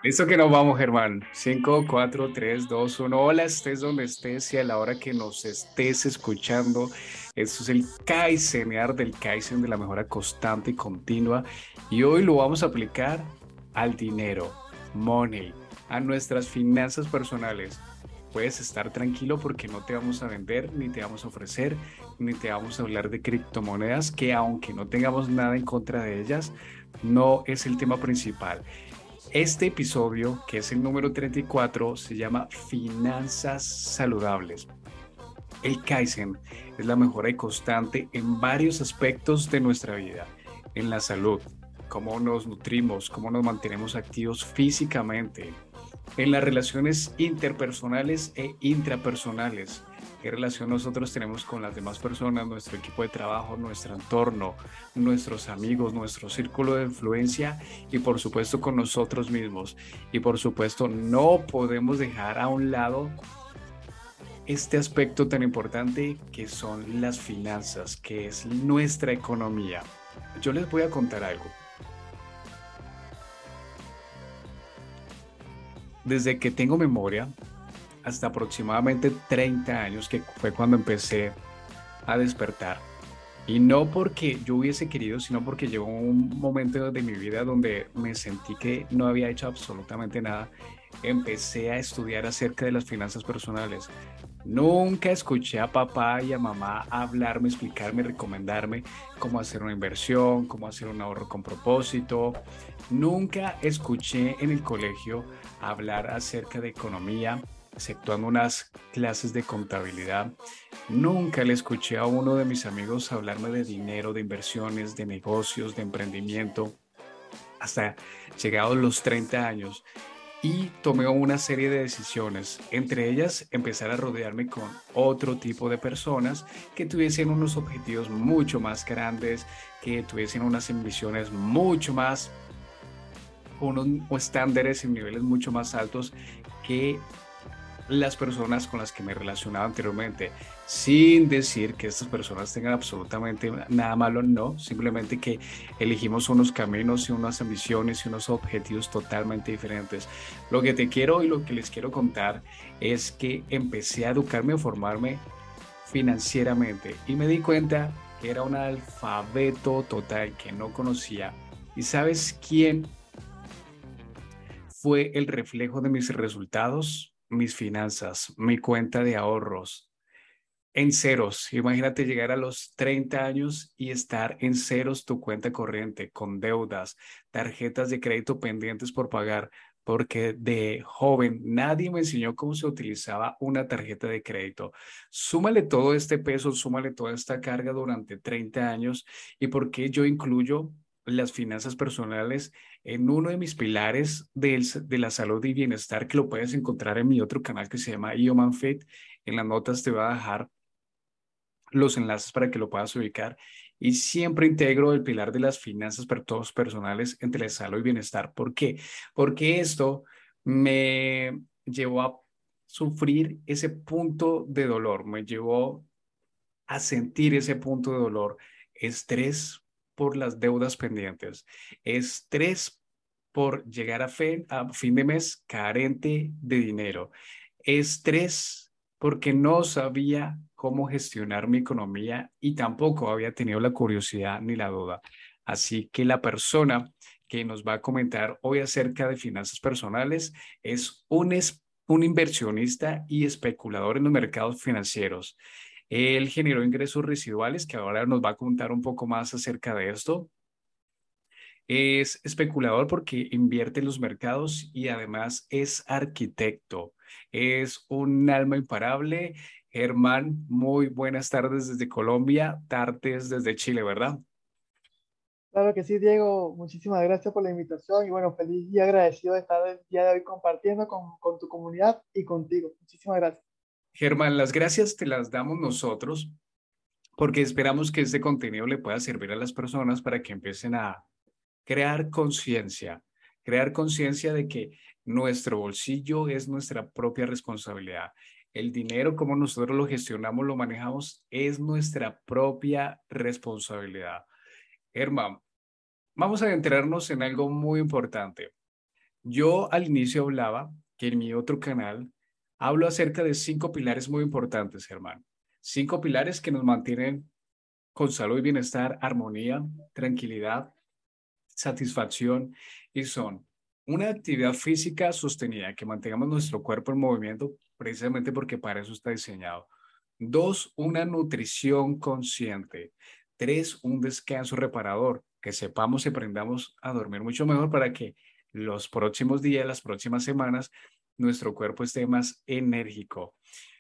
Listo que nos vamos, Germán. 5, 4, 3, 2, 1. Hola, estés donde estés y a la hora que nos estés escuchando. Esto es el Kaizenear del Kaizen de la mejora constante y continua. Y hoy lo vamos a aplicar al dinero, money, a nuestras finanzas personales. Puedes estar tranquilo porque no te vamos a vender, ni te vamos a ofrecer, ni te vamos a hablar de criptomonedas, que aunque no tengamos nada en contra de ellas, no es el tema principal. Este episodio, que es el número 34, se llama Finanzas Saludables. El Kaizen es la mejora y constante en varios aspectos de nuestra vida, en la salud, cómo nos nutrimos, cómo nos mantenemos activos físicamente, en las relaciones interpersonales e intrapersonales. ¿Qué relación nosotros tenemos con las demás personas, nuestro equipo de trabajo, nuestro entorno, nuestros amigos, nuestro círculo de influencia y por supuesto con nosotros mismos? Y por supuesto no podemos dejar a un lado este aspecto tan importante que son las finanzas, que es nuestra economía. Yo les voy a contar algo. Desde que tengo memoria, hasta aproximadamente 30 años, que fue cuando empecé a despertar. Y no porque yo hubiese querido, sino porque llegó un momento de mi vida donde me sentí que no había hecho absolutamente nada. Empecé a estudiar acerca de las finanzas personales. Nunca escuché a papá y a mamá hablarme, explicarme, recomendarme cómo hacer una inversión, cómo hacer un ahorro con propósito. Nunca escuché en el colegio hablar acerca de economía, exceptuando unas clases de contabilidad. Nunca le escuché a uno de mis amigos hablarme de dinero, de inversiones, de negocios, de emprendimiento, hasta llegados los 30 años y tomé una serie de decisiones, entre ellas empezar a rodearme con otro tipo de personas que tuviesen unos objetivos mucho más grandes, que tuviesen unas ambiciones mucho más, unos estándares y niveles mucho más altos que las personas con las que me relacionaba anteriormente, sin decir que estas personas tengan absolutamente nada malo, no, simplemente que elegimos unos caminos y unas ambiciones y unos objetivos totalmente diferentes. Lo que te quiero y lo que les quiero contar es que empecé a educarme, a formarme financieramente y me di cuenta que era un alfabeto total que no conocía. ¿Y sabes quién fue el reflejo de mis resultados? Mis finanzas, mi cuenta de ahorros en ceros? Imagínate llegar a los 30 años y estar en ceros tu cuenta corriente, con deudas, tarjetas de crédito pendientes por pagar, porque de joven nadie me enseñó cómo se utilizaba una tarjeta de crédito. Súmale todo este peso, súmale toda esta carga durante 30 años y por qué yo incluyo las finanzas personales en uno de mis pilares de la salud y bienestar, que lo puedes encontrar en mi otro canal que se llama Human Fit. En las notas te voy a dejar los enlaces para que lo puedas ubicar. Y siempre integro el pilar de las finanzas todos personales entre la salud y bienestar. ¿Por qué? Porque esto me llevó a sufrir ese punto de dolor, me llevó a sentir ese punto de dolor, estrés por las deudas pendientes, estrés por llegar a fin de mes carente de dinero, estrés porque no sabía cómo gestionar mi economía y tampoco había tenido la curiosidad ni la duda. Así que la persona que nos va a comentar hoy acerca de finanzas personales es un inversionista y especulador en los mercados financieros. Él generó ingresos residuales, que ahora nos va a contar un poco más acerca de esto. Es especulador porque invierte en los mercados y además es arquitecto. Es un alma imparable. Germán, muy buenas tardes desde Colombia, tardes desde Chile, ¿verdad? Claro que sí, Diego, muchísimas gracias por la invitación y bueno, feliz y agradecido de estar el día de hoy compartiendo con tu comunidad y contigo. Muchísimas gracias. Germán, las gracias te las damos nosotros porque esperamos que este contenido le pueda servir a las personas para que empiecen a crear conciencia de que nuestro bolsillo es nuestra propia responsabilidad. El dinero, como nosotros lo gestionamos, lo manejamos, es nuestra propia responsabilidad. Herman, vamos a adentrarnos en algo muy importante. Yo al inicio hablaba que en mi otro canal hablo acerca de 5 pilares muy importantes, Germán. 5 pilares que nos mantienen con salud y bienestar, armonía, tranquilidad, satisfacción y son una actividad física sostenida, que mantengamos nuestro cuerpo en movimiento precisamente porque para eso está diseñado. 2, una nutrición consciente. 3, un descanso reparador, que sepamos y aprendamos a dormir mucho mejor para que los próximos días, las próximas semanas, nuestro cuerpo esté más enérgico.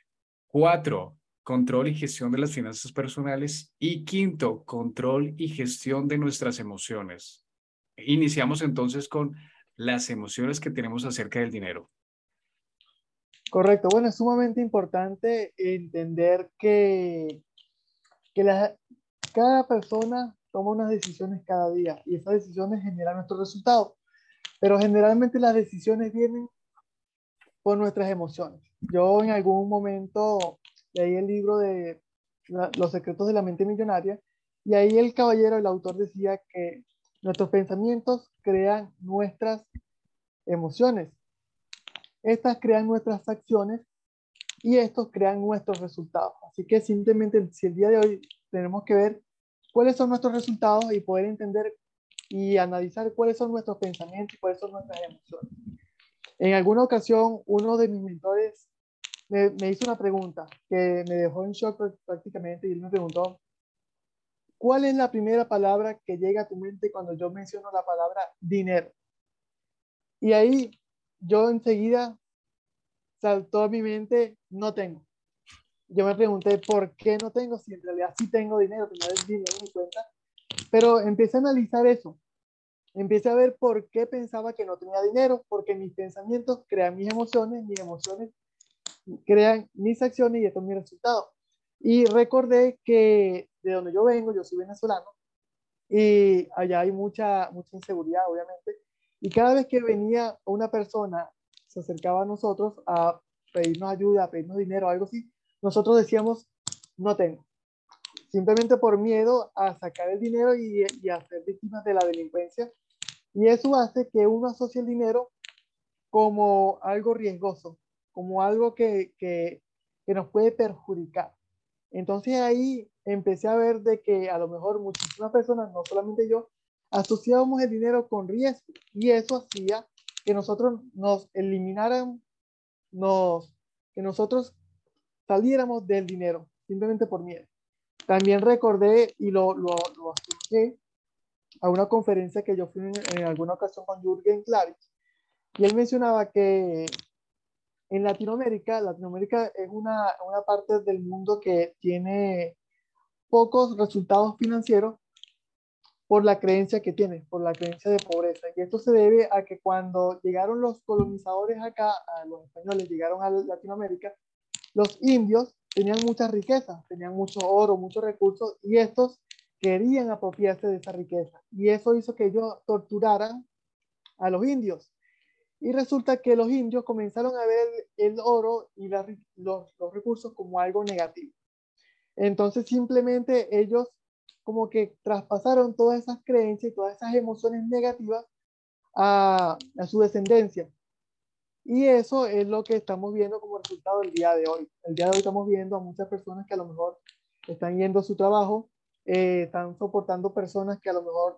4, control y gestión de las finanzas personales. Y quinto, control y gestión de nuestras emociones. Iniciamos entonces con las emociones que tenemos acerca del dinero. Correcto. Bueno, es sumamente importante entender que cada persona toma unas decisiones cada día y esas decisiones generan nuestros resultados, pero generalmente las decisiones vienen por nuestras emociones. Yo en algún momento leí el libro de Los secretos de la mente millonaria y ahí el caballero, el autor decía que nuestros pensamientos crean nuestras emociones, estas crean nuestras acciones y estos crean nuestros resultados. Así que simplemente si el día de hoy tenemos que ver cuáles son nuestros resultados y poder entender y analizar cuáles son nuestros pensamientos y cuáles son nuestras emociones. En alguna ocasión, uno de mis mentores me hizo una pregunta que me dejó en shock prácticamente y él me preguntó, ¿cuál es la primera palabra que llega a tu mente cuando yo menciono la palabra dinero? Y ahí yo enseguida saltó a mi mente, no tengo. Yo me pregunté, ¿por qué no tengo? Si en realidad sí tengo dinero, tengo el dinero en mi cuenta. Pero empecé a analizar eso. Empecé a ver por qué pensaba que no tenía dinero, porque mis pensamientos crean mis emociones crean mis acciones y estos mis resultados. Y recordé que de donde yo vengo, yo soy venezolano, y allá hay mucha inseguridad, obviamente. Y cada vez que venía una persona, se acercaba a nosotros a pedirnos ayuda, a pedirnos dinero, algo así, nosotros decíamos, no tengo. Simplemente por miedo a sacar el dinero y a ser víctimas de la delincuencia. Y eso hace que uno asocie el dinero como algo riesgoso, como algo que nos puede perjudicar. Entonces ahí empecé a ver de que a lo mejor muchísimas personas, no solamente yo, asociábamos el dinero con riesgo y eso hacía que nosotros nos eliminaran, nos, que nosotros saliéramos del dinero simplemente por miedo. También recordé y lo asocié a una conferencia que yo fui en alguna ocasión con Jürgen Klarik y él mencionaba que en Latinoamérica es una parte del mundo que tiene pocos resultados financieros por la creencia que tiene, por la creencia de pobreza. Y esto se debe a que cuando llegaron los colonizadores acá, a los españoles llegaron a Latinoamérica, los indios tenían muchas riquezas, tenían mucho oro, muchos recursos, y estos querían apropiarse de esa riqueza. Y eso hizo que ellos torturaran a los indios. Y resulta que los indios comenzaron a ver el oro y los recursos como algo negativo. Entonces simplemente ellos como que traspasaron todas esas creencias y todas esas emociones negativas a su descendencia. Y eso es lo que estamos viendo como resultado el día de hoy. El día de hoy estamos viendo a muchas personas que a lo mejor están yendo a su trabajo, están soportando personas que a lo mejor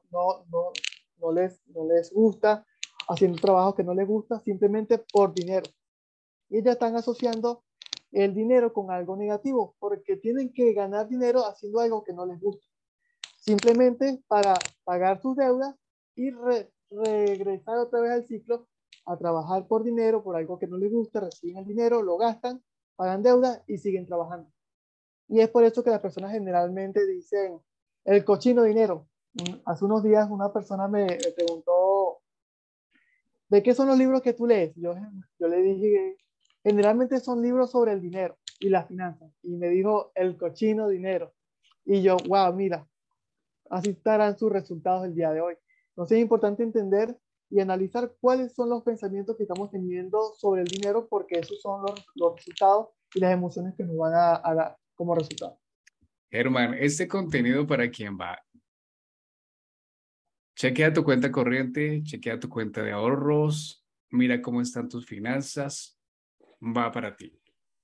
no les gusta, haciendo trabajos que no les gusta simplemente por dinero. Y ellas están asociando el dinero con algo negativo, porque tienen que ganar dinero haciendo algo que no les gusta, simplemente para pagar sus deudas y regresar otra vez al ciclo a trabajar por dinero, por algo que no les gusta, reciben el dinero, lo gastan, pagan deudas y siguen trabajando. Y es por eso que las personas generalmente dicen el cochino dinero. Hace unos días una persona me preguntó, ¿de qué son los libros que tú lees? Yo le dije, generalmente son libros sobre el dinero y las finanzas. Y me dijo, el cochino dinero. Y yo, wow, mira, así estarán sus resultados el día de hoy. Entonces es importante entender y analizar cuáles son los pensamientos que estamos teniendo sobre el dinero, porque esos son los resultados y las emociones que nos van a dar como resultado. Germán, este contenido para quién va. Chequea tu cuenta corriente, chequea tu cuenta de ahorros, mira cómo están tus finanzas, va para ti.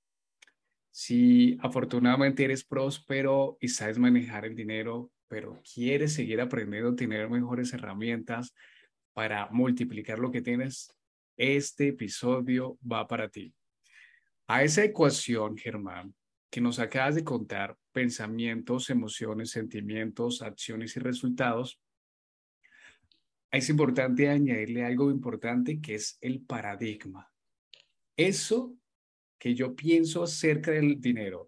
Si afortunadamente eres próspero y sabes manejar el dinero, pero quieres seguir aprendiendo, tener mejores herramientas para multiplicar lo que tienes, este episodio va para ti. A esa ecuación, Germán, que nos acabas de contar, pensamientos, emociones, sentimientos, acciones y resultados, es importante añadirle algo importante que es el paradigma. Eso que yo pienso acerca del dinero.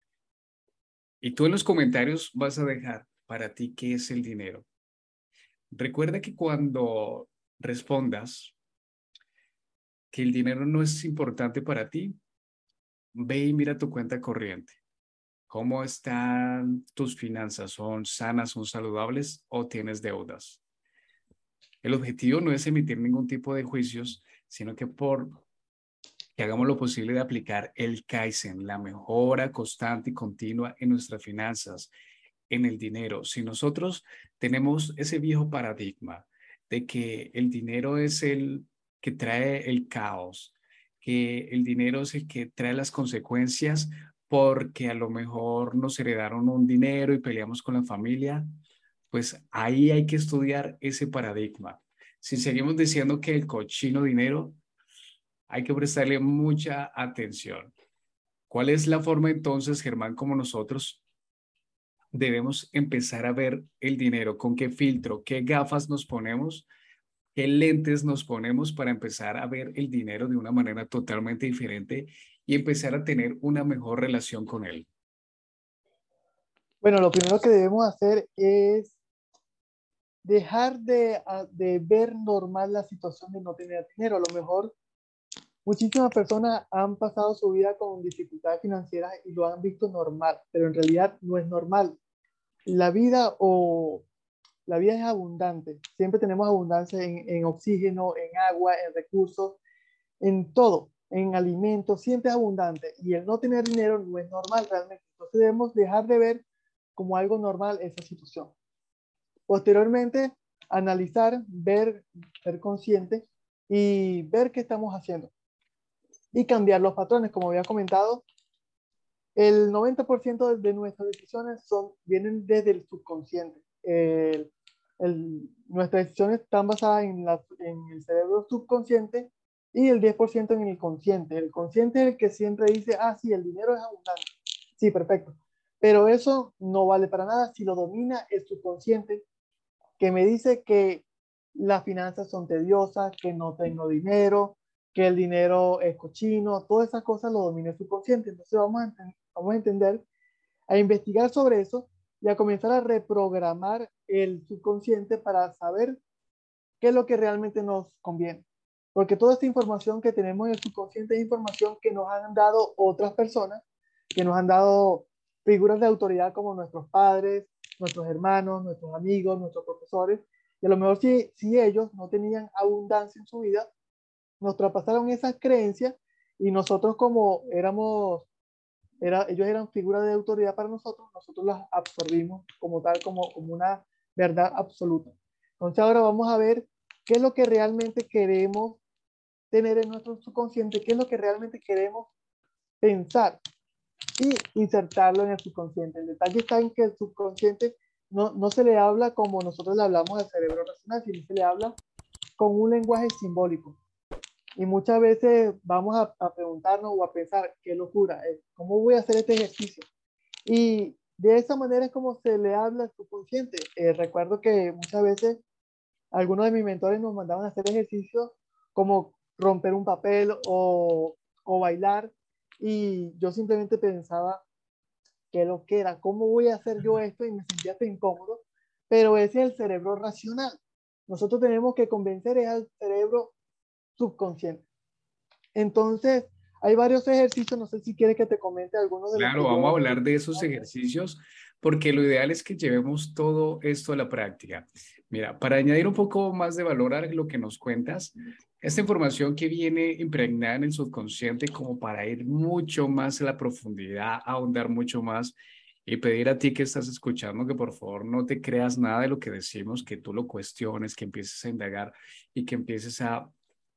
Y tú en los comentarios vas a dejar para ti qué es el dinero. Recuerda que cuando respondas que el dinero no es importante para ti, ve y mira tu cuenta corriente. ¿Cómo están tus finanzas? ¿Son sanas, son saludables o tienes deudas? El objetivo no es emitir ningún tipo de juicios, sino que hagamos lo posible de aplicar el Kaizen, la mejora constante y continua en nuestras finanzas, en el dinero. Si nosotros tenemos ese viejo paradigma de que el dinero es el que trae el caos, que el dinero es el que trae las consecuencias porque a lo mejor nos heredaron un dinero y peleamos con la familia, pues ahí hay que estudiar ese paradigma. Si seguimos diciendo que el cochino dinero, hay que prestarle mucha atención. ¿Cuál es la forma entonces, Germán, como nosotros debemos empezar a ver el dinero? ¿Con qué filtro, qué gafas nos ponemos, qué lentes nos ponemos para empezar a ver el dinero de una manera totalmente diferente y empezar a tener una mejor relación con él? Bueno, lo primero que debemos hacer es dejar de ver normal la situación de no tener dinero. A lo mejor muchísimas personas han pasado su vida con dificultades financieras y lo han visto normal, pero en realidad no es normal. La vida o la vida es abundante. Siempre tenemos abundancia en oxígeno, en agua, en recursos, en todo, en alimentos, siempre es abundante. Y el no tener dinero no es normal realmente. Entonces debemos dejar de ver como algo normal esa situación. Posteriormente, analizar, ver, ser consciente y ver qué estamos haciendo. Y cambiar los patrones, como había comentado, el 90% de nuestras decisiones vienen desde el subconsciente. Nuestras decisiones están basadas en el cerebro subconsciente y el 10% en el consciente. El consciente es el que siempre dice, ah, sí, el dinero es abundante. Sí, perfecto. Pero eso no vale para nada si lo domina el subconsciente, que me dice que las finanzas son tediosas, que no tengo dinero, que el dinero es cochino, todas esas cosas lo domina el subconsciente. Entonces vamos a entender, a investigar sobre eso y a comenzar a reprogramar el subconsciente para saber qué es lo que realmente nos conviene. Porque toda esta información que tenemos en el subconsciente es información que nos han dado otras personas, que nos han dado figuras de autoridad como nuestros padres, nuestros hermanos, nuestros amigos, nuestros profesores. Y a lo mejor si ellos no tenían abundancia en su vida, nos traspasaron esas creencias y nosotros como ellos eran figuras de autoridad para nosotros, nosotros las absorbimos como tal, como una verdad absoluta. Entonces ahora vamos a ver qué es lo que realmente queremos tener en nuestro subconsciente, qué es lo que realmente queremos pensar y insertarlo en el subconsciente. El detalle está en que el subconsciente no se le habla como nosotros le hablamos al cerebro racional, sino se le habla con un lenguaje simbólico. Y muchas veces vamos a preguntarnos o a pensar, qué locura, ¿cómo voy a hacer este ejercicio? Y de esa manera es como se le habla al subconsciente. Recuerdo que muchas veces algunos de mis mentores nos mandaban a hacer ejercicios como romper un papel o bailar y yo simplemente pensaba qué lo que era, cómo voy a hacer yo esto y me sentía hasta incómodo, pero ese es el cerebro racional. Nosotros tenemos que convencer al cerebro subconsciente. Entonces, hay varios ejercicios, no sé si quieres que te comente algunos de los Claro, que vamos a yo he hablar de visto. esos ejercicios porque lo ideal es que llevemos todo esto a la práctica. Mira, para añadir un poco más de valor a lo que nos cuentas, esta información que viene impregnada en el subconsciente como para ir mucho más a la profundidad, ahondar mucho más y pedir a ti que estás escuchando que por favor no te creas nada de lo que decimos, que tú lo cuestiones, que empieces a indagar y que empieces a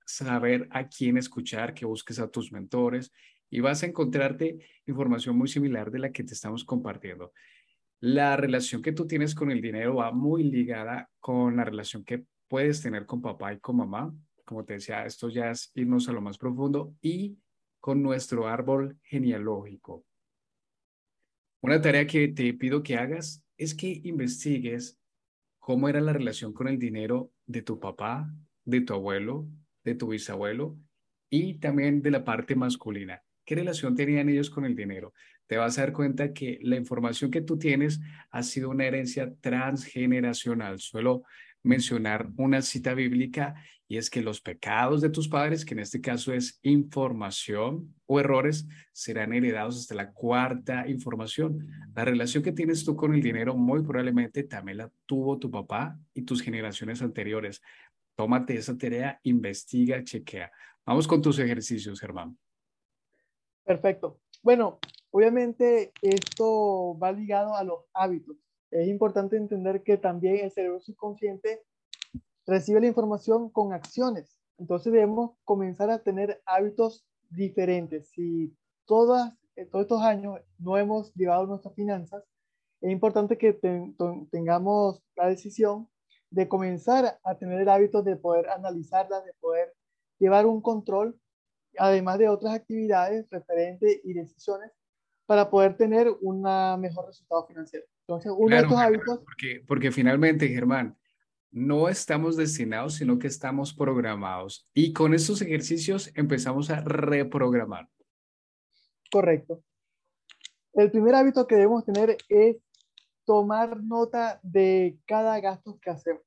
saber a quién escuchar, que busques a tus mentores y vas a encontrarte información muy similar de la que te estamos compartiendo. La relación que tú tienes con el dinero va muy ligada con la relación que puedes tener con papá y con mamá. Como te decía, esto ya es irnos a lo más profundo y con nuestro árbol genealógico. Una tarea que te pido que hagas es que investigues cómo era la relación con el dinero de tu papá, de tu abuelo, de tu bisabuelo y también de la parte masculina. ¿Qué relación tenían ellos con el dinero? Te vas a dar cuenta que la información que tú tienes ha sido una herencia transgeneracional. Suelo mencionar una cita bíblica y es que los pecados de tus padres, que en este caso es información o errores, serán heredados hasta la cuarta información. La relación que tienes tú con el dinero muy probablemente también la tuvo tu papá y tus generaciones anteriores. Tómate esa tarea, investiga, chequea. Vamos con tus ejercicios, Germán. Perfecto. Bueno, obviamente esto va ligado a los hábitos. Es importante entender que también el cerebro subconsciente recibe la información con acciones. Entonces debemos comenzar a tener hábitos diferentes. Si todos estos años no hemos llevado nuestras finanzas, es importante que tengamos la decisión de comenzar a tener el hábito de poder analizarlas, de poder llevar un control, además de otras actividades referentes y decisiones para poder tener un mejor resultado financiero. Entonces, uno de Claro, estos Germán, hábitos, porque finalmente, Germán, no estamos destinados, sino que estamos programados. Y con estos ejercicios empezamos a reprogramar. correcto. El primer hábito que debemos tener es tomar nota de cada gasto que hacemos.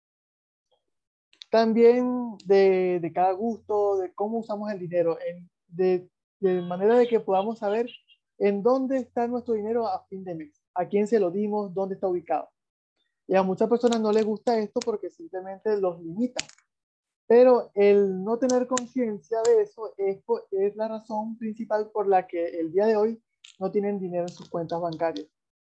También de cada gusto, de cómo usamos el dinero, de manera de que podamos saber en dónde está nuestro dinero a fin de mes, a quién se lo dimos, dónde está ubicado. Y a muchas personas no les gusta esto porque simplemente los limita. Pero el no tener conciencia de eso es la razón principal por la que el día de hoy no tienen dinero en sus cuentas bancarias.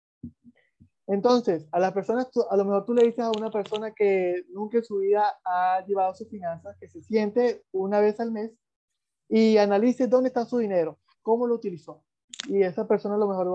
Entonces, a las personas, a lo mejor tú le dices a una persona que nunca en su vida ha llevado sus finanzas, que se siente una vez al mes y analice dónde está su dinero, cómo lo utilizó. Y esa persona a lo mejor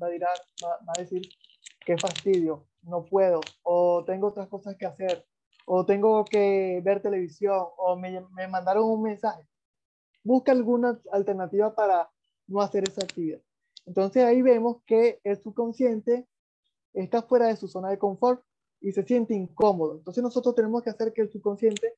va a decir, qué fastidio, no puedo, o tengo otras cosas que hacer, o tengo que ver televisión, o me mandaron un mensaje. Busca alguna alternativa para no hacer esa actividad. Entonces ahí vemos que el subconsciente está fuera de su zona de confort y se siente incómodo. Entonces nosotros tenemos que hacer que el subconsciente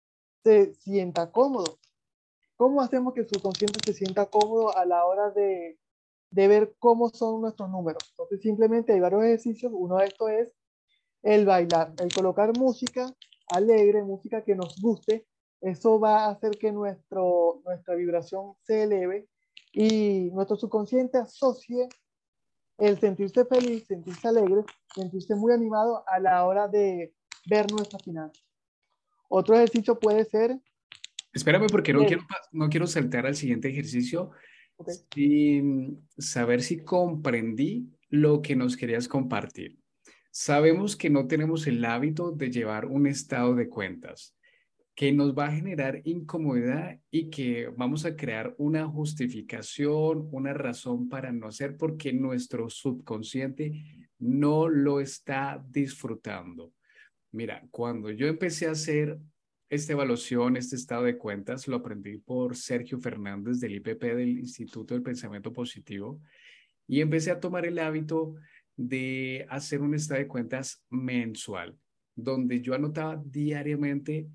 se sienta cómodo. ¿Cómo hacemos que el subconsciente se sienta cómodo a la hora de ver cómo son nuestros números? Entonces simplemente hay varios ejercicios. Uno de estos es el bailar, el colocar música alegre, música que nos guste. Eso va a hacer que nuestra vibración se eleve y nuestro subconsciente asocie el sentirse feliz, sentirse alegre, sentirse muy animado a la hora de ver nuestras finanzas. Otro ejercicio puede ser Espérame porque el, no quiero saltar al siguiente ejercicio okay, sin saber si comprendí lo que nos querías compartir. Sabemos que no tenemos el hábito de llevar un estado de cuentas, que nos va a generar incomodidad y que vamos a crear una justificación, una razón para no hacer porque nuestro subconsciente no lo está disfrutando. Mira, cuando yo empecé a hacer esta evaluación, este estado de cuentas, lo aprendí por Sergio Fernández del IPP, del Instituto del Pensamiento Positivo, y empecé a tomar el hábito de hacer un estado de cuentas mensual, donde yo anotaba diariamente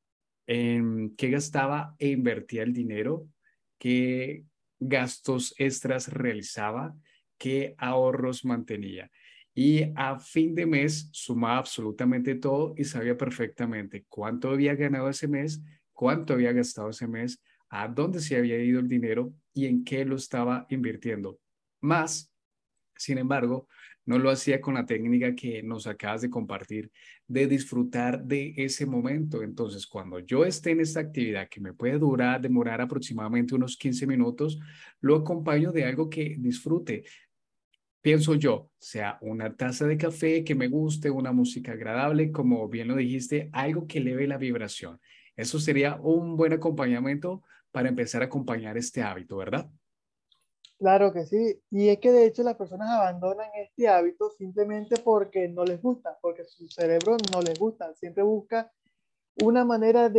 en qué gastaba e invertía el dinero, qué gastos extras realizaba, qué ahorros mantenía. Y a fin de mes sumaba absolutamente todo y sabía perfectamente cuánto había ganado ese mes, cuánto había gastado ese mes, a dónde se había ido el dinero y en qué lo estaba invirtiendo. Más sin embargo, no lo hacía con la técnica que nos acabas de compartir, de disfrutar de ese momento. Entonces, cuando yo esté en esta actividad que me puede demorar aproximadamente unos 15 minutos, lo acompaño de algo que disfrute. Pienso yo, sea una taza de café que me guste, una música agradable, como bien lo dijiste, algo que eleve la vibración. Eso sería un buen acompañamiento para empezar a acompañar este hábito, ¿verdad? Claro que sí. Y es que de hecho las personas abandonan este hábito simplemente porque no les gusta, porque su cerebro no les gusta. Siempre busca una manera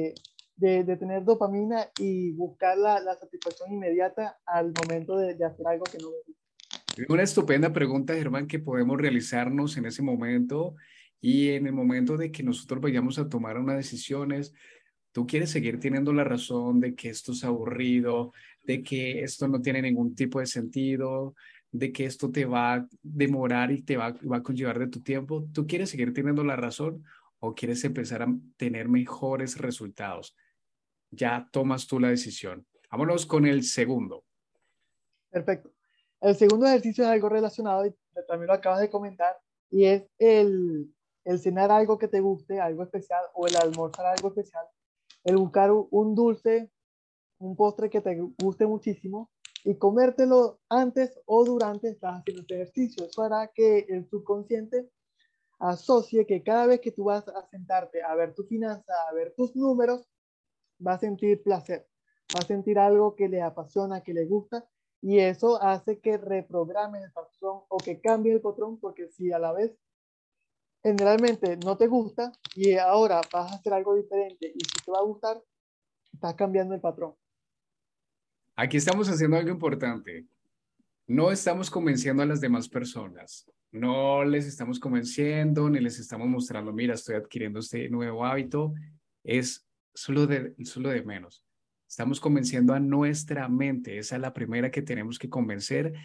de tener dopamina y buscar la satisfacción inmediata al momento de hacer algo que no les gusta. Una estupenda pregunta, Germán, que podemos realizarnos en ese momento y en el momento de que nosotros vayamos a tomar unas decisiones. Tú quieres seguir teniendo la razón de que esto es aburrido, de que esto no tiene ningún tipo de sentido, de que esto te va a demorar y va a conllevar de tu tiempo. ¿Tú quieres seguir teniendo la razón o quieres empezar a tener mejores resultados? Ya tomas tú la decisión. Vámonos con el segundo. Perfecto. El segundo ejercicio es algo relacionado y también lo acabas de comentar y es el cenar algo que te guste, algo especial, o el almorzar algo especial, el buscar un dulce, un postre que te guste muchísimo y comértelo antes o durante estás haciendo este ejercicio. Eso hará que el subconsciente asocie que cada vez que tú vas a sentarte a ver tu finanza, a ver tus números, va a sentir placer, va a sentir algo que le apasiona, que le gusta, y eso hace que reprogrames el patrón o que cambie el patrón, porque si a la vez generalmente no te gusta y ahora vas a hacer algo diferente y si te va a gustar, estás cambiando el patrón. Aquí estamos haciendo algo importante. No estamos convenciendo a las demás personas. No les estamos convenciendo ni les estamos mostrando, mira, estoy adquiriendo este nuevo hábito. Es solo de menos. Estamos convenciendo a nuestra mente. Esa es la primera que tenemos que convencer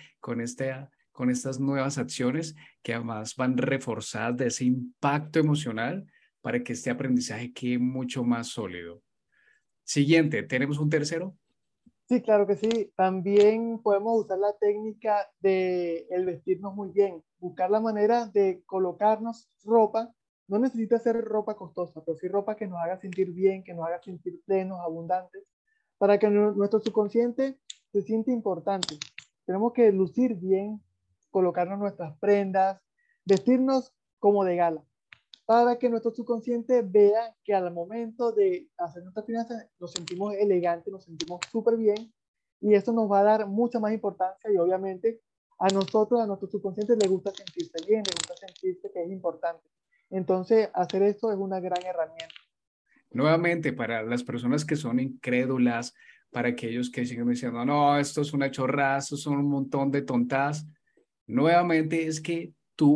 con estas nuevas acciones que además van reforzadas de ese impacto emocional para que este aprendizaje quede mucho más sólido. Siguiente, tenemos un tercero. Sí, claro que sí. También podemos usar la técnica de el vestirnos muy bien, buscar la manera de colocarnos ropa. No necesita ser ropa costosa, pero sí ropa que nos haga sentir bien, que nos haga sentir plenos, abundantes, para que nuestro subconsciente se sienta importante. Tenemos que lucir bien, colocarnos nuestras prendas, vestirnos como de gala para que nuestro subconsciente vea que al momento de hacer nuestras finanzas nos sentimos elegantes, nos sentimos súper bien y eso nos va a dar mucha más importancia y obviamente a nosotros, a nuestro subconsciente le gusta sentirse bien, le gusta sentirse que es importante. Entonces, hacer esto es una gran herramienta. Nuevamente, para las personas que son incrédulas, para aquellos que siguen diciendo, no, esto es una chorrada, esto son un montón de tontas, nuevamente es que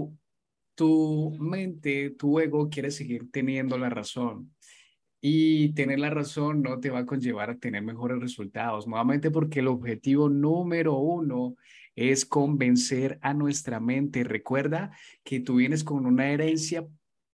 tu mente, tu ego quiere seguir teniendo la razón. Y tener la razón no te va a conllevar a tener mejores resultados, nuevamente porque el objetivo número uno es convencer a nuestra mente. Recuerda que tú vienes con una herencia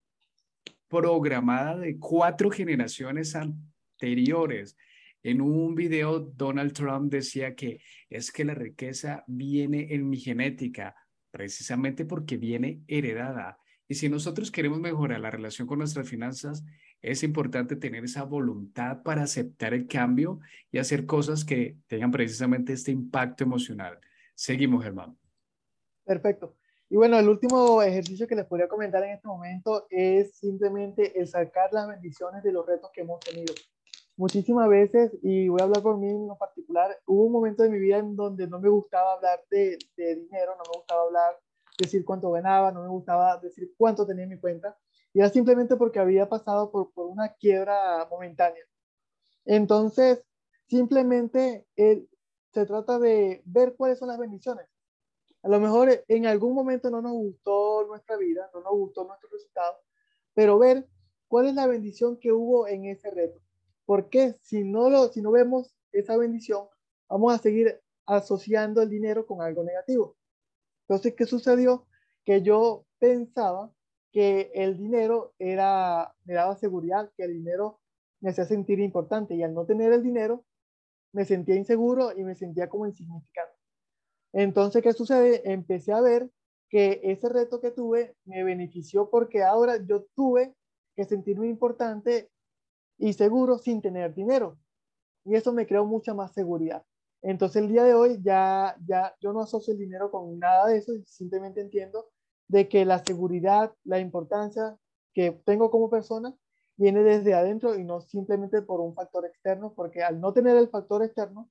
programada de 4 generaciones anteriores. En un video, Donald Trump decía que es que la riqueza viene en mi genética, precisamente porque viene heredada. Y si nosotros queremos mejorar la relación con nuestras finanzas, es importante tener esa voluntad para aceptar el cambio y hacer cosas que tengan precisamente este impacto emocional. Seguimos, Germán. Perfecto. Y bueno, el último ejercicio que les podría comentar en este momento es simplemente el sacar las bendiciones de los retos que hemos tenido. Muchísimas veces, y voy a hablar por mí en lo particular, hubo un momento de mi vida en donde no me gustaba hablar de dinero, no me gustaba hablar, decir cuánto ganaba, no me gustaba decir cuánto tenía en mi cuenta, y era simplemente porque había pasado por una quiebra momentánea. Entonces, simplemente se trata de ver cuáles son las bendiciones. A lo mejor en algún momento no nos gustó nuestra vida, no nos gustó nuestro resultado, pero ver cuál es la bendición que hubo en ese reto. Porque si no vemos esa bendición, vamos a seguir asociando el dinero con algo negativo. Entonces, ¿qué sucedió? Que yo pensaba que el dinero me daba seguridad, que el dinero me hacía sentir importante y al no tener el dinero me sentía inseguro y me sentía como insignificante. Entonces, ¿qué sucede? Empecé a ver que ese reto que tuve me benefició porque ahora yo tuve que sentirme importante y seguro sin tener dinero. Y eso me creó mucha más seguridad. Entonces, el día de hoy ya yo no asocio el dinero con nada de eso y simplemente entiendo de que la seguridad, la importancia que tengo como persona viene desde adentro y no simplemente por un factor externo, porque al no tener el factor externo,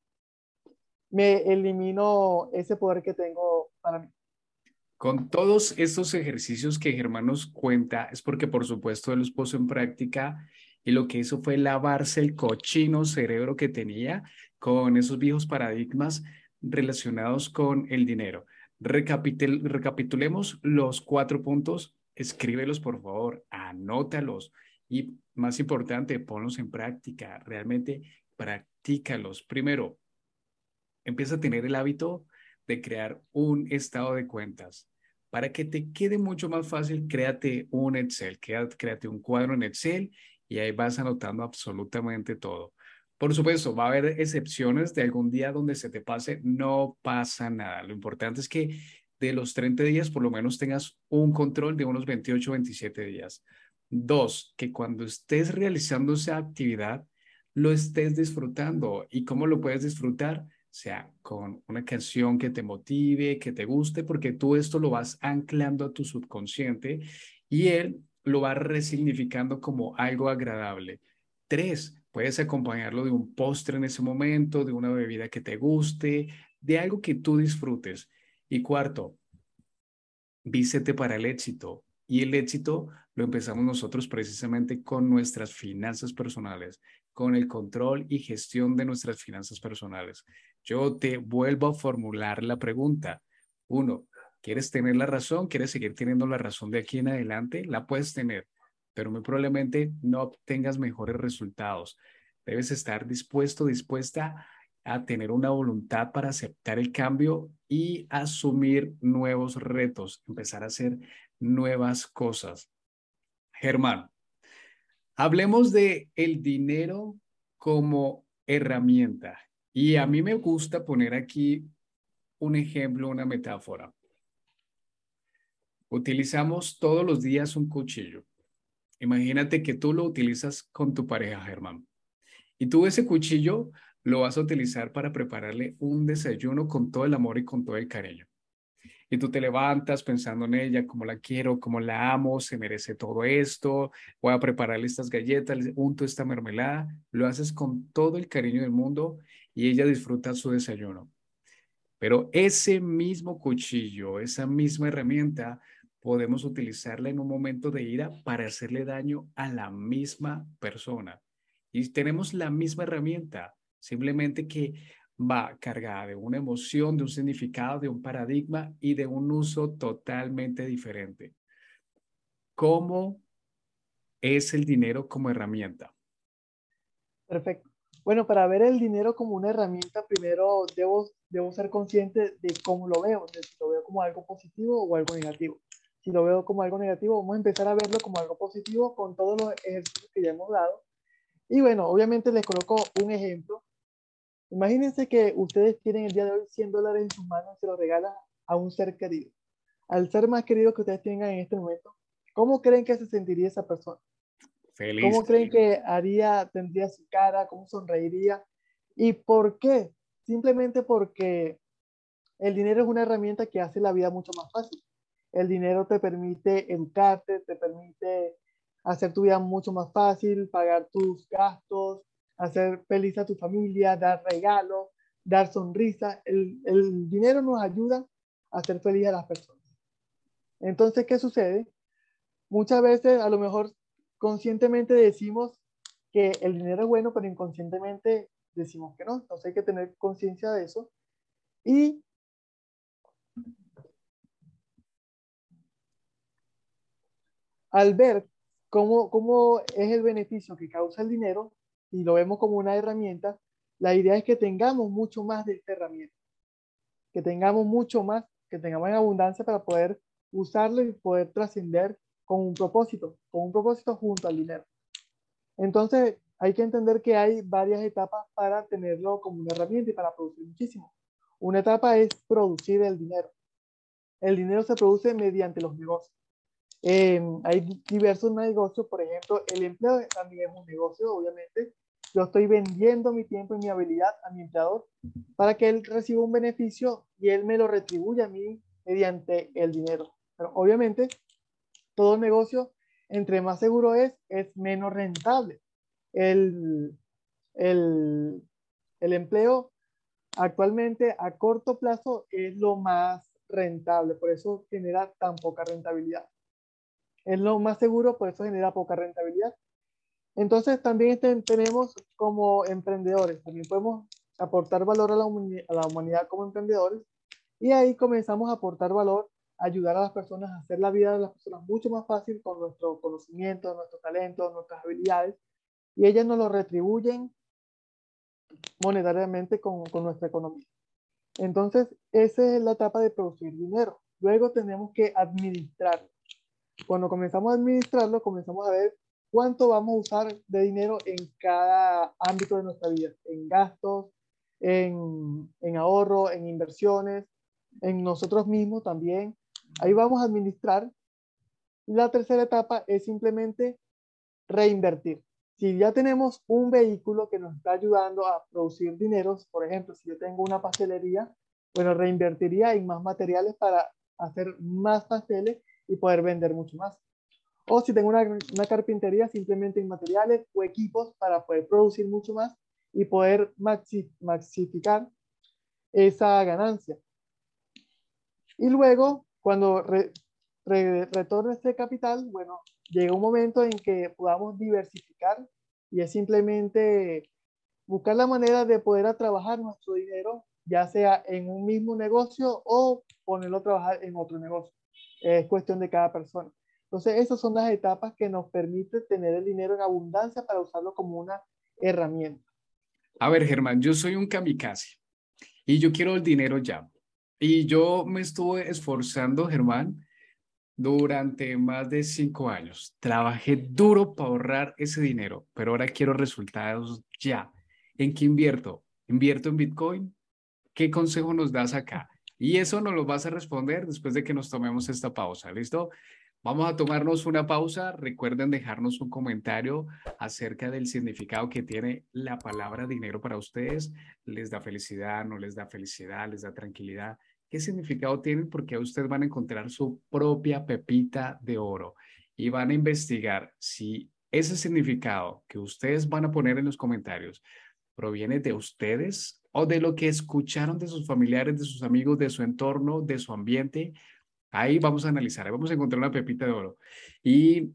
me elimino ese poder que tengo para mí. Con todos estos ejercicios que Germán nos cuenta, es porque por supuesto él los puso en práctica y lo que hizo fue lavarse el cochino cerebro que tenía con esos viejos paradigmas relacionados con el dinero. Recapitulemos los 4 puntos, escríbelos por favor, anótalos y más importante, ponlos en práctica, realmente practícalos. Primero, empieza a tener el hábito de crear un estado de cuentas. Para que te quede mucho más fácil, créate un Excel, créate un cuadro en Excel y ahí vas anotando absolutamente todo. Por supuesto, va a haber excepciones de algún día donde se te pase, no pasa nada. Lo importante es que de los 30 días por lo menos tengas un control de unos 28 o 27 días. Dos, que cuando estés realizando esa actividad, lo estés disfrutando. ¿Y cómo lo puedes disfrutar? Sea con una canción que te motive, que te guste, porque tú esto lo vas anclando a tu subconsciente y él lo va resignificando como algo agradable. Tres, puedes acompañarlo de un postre en ese momento, de una bebida que te guste, de algo que tú disfrutes. Y cuarto, vístete para el éxito. Y el éxito lo empezamos nosotros precisamente con nuestras finanzas personales, con el control y gestión de nuestras finanzas personales. Yo te vuelvo a formular la pregunta. Uno, ¿quieres tener la razón? ¿Quieres seguir teniendo la razón de aquí en adelante? La puedes tener, pero muy probablemente no obtengas mejores resultados. Debes estar dispuesto, dispuesta a tener una voluntad para aceptar el cambio y asumir nuevos retos, empezar a hacer nuevas cosas. Germán, hablemos de el dinero como herramienta. Y a mí me gusta poner aquí un ejemplo, una metáfora. Utilizamos todos los días un cuchillo. Imagínate que tú lo utilizas con tu pareja, Germán. Y tú ese cuchillo lo vas a utilizar para prepararle un desayuno con todo el amor y con todo el cariño. Y tú te levantas pensando en ella, cómo la quiero, cómo la amo, se merece todo esto, voy a prepararle estas galletas, le unto esta mermelada, lo haces con todo el cariño del mundo y ella disfruta su desayuno. Pero ese mismo cuchillo, esa misma herramienta, podemos utilizarla en un momento de ira para hacerle daño a la misma persona. Y tenemos la misma herramienta, simplemente que va cargada de una emoción, de un significado, de un paradigma y de un uso totalmente diferente. ¿Cómo es el dinero como herramienta? Perfecto. Bueno, para ver el dinero como una herramienta, primero debo ser consciente de cómo lo veo, de si lo veo como algo positivo o algo negativo. Si lo veo como algo negativo, vamos a empezar a verlo como algo positivo con todos los ejercicios que ya hemos dado. Y bueno, obviamente les coloco un ejemplo. Imagínense que ustedes tienen el día de hoy $100 en sus manos y se los regalan a un ser querido. Al ser más querido que ustedes tengan en este momento, ¿cómo creen que se sentiría esa persona? Feliz. ¿Cómo creen que haría, tendría su cara? ¿Cómo sonreiría? ¿Y por qué? Simplemente porque el dinero es una herramienta que hace la vida mucho más fácil. El dinero te permite educarte, te permite hacer tu vida mucho más fácil, pagar tus gastos, hacer feliz a tu familia, dar regalos, dar sonrisas. El dinero nos ayuda a hacer feliz a las personas. Entonces, ¿qué sucede? Muchas veces, a lo mejor conscientemente decimos que el dinero es bueno, pero inconscientemente decimos que no. Entonces hay que tener conciencia de eso. Y al ver cómo es el beneficio que causa el dinero y lo vemos como una herramienta, la idea es que tengamos mucho más de esta herramienta, que tengamos mucho más, que tengamos en abundancia para poder usarlo y poder trascender con un propósito junto al dinero. Entonces, hay que entender que hay varias etapas para tenerlo como una herramienta y para producir muchísimo. Una etapa es producir el dinero. El dinero se produce mediante los negocios. Hay diversos negocios, por ejemplo, el empleo también es un negocio, obviamente. Yo estoy vendiendo mi tiempo y mi habilidad a mi empleador para que él reciba un beneficio y él me lo retribuya a mí mediante el dinero. Pero obviamente todo negocio Entre más seguro es menos rentable. El, el, el empleo actualmente a corto plazo es lo más rentable, por eso genera tan poca rentabilidad. Es lo más seguro, por eso genera poca rentabilidad. Entonces también tenemos como emprendedores, también podemos aportar valor a la humanidad como emprendedores y ahí comenzamos a aportar valor, ayudar a las personas a hacer la vida de las personas mucho más fácil con nuestro conocimiento, nuestro talento, nuestras habilidades y ellas nos lo retribuyen monetariamente con nuestra economía. Entonces, esa es la etapa de producir dinero. Luego tenemos que administrarlo. Cuando comenzamos a administrarlo, comenzamos a ver cuánto vamos a usar de dinero en cada ámbito de nuestra vida, en gastos, en ahorro, en inversiones, en nosotros mismos también. Ahí vamos a administrar. La tercera etapa es simplemente reinvertir. Si ya tenemos un vehículo que nos está ayudando a producir dinero, por ejemplo, si yo tengo una pastelería, bueno, reinvertiría en más materiales para hacer más pasteles y poder vender mucho más. O si tengo una carpintería, simplemente en materiales o equipos para poder producir mucho más y poder maxificar esa ganancia. Y luego, cuando retorne este capital, bueno, llega un momento en que podamos diversificar y es simplemente buscar la manera de poder a trabajar nuestro dinero, ya sea en un mismo negocio o ponerlo a trabajar en otro negocio. Es cuestión de cada persona. Entonces, esas son las etapas que nos permiten tener el dinero en abundancia para usarlo como una herramienta. A ver, Germán, yo soy un kamikaze y yo quiero el dinero ya. Y yo me estuve esforzando, Germán, durante más de 5 años. Trabajé duro para ahorrar ese dinero, pero ahora quiero resultados ya. ¿En qué invierto? ¿Invierto en Bitcoin? ¿Qué consejo nos das acá? Y eso nos lo vas a responder después de que nos tomemos esta pausa. ¿Listo? Vamos a tomarnos una pausa. Recuerden dejarnos un comentario acerca del significado que tiene la palabra dinero para ustedes. ¿Les da felicidad? ¿No les da felicidad? ¿Les da tranquilidad? ¿Qué significado tienen? Porque ustedes van a encontrar su propia pepita de oro y van a investigar si ese significado que ustedes van a poner en los comentarios proviene de ustedes o de lo que escucharon de sus familiares, de sus amigos, de su entorno, de su ambiente. Ahí vamos a analizar, ahí vamos a encontrar una pepita de oro. Y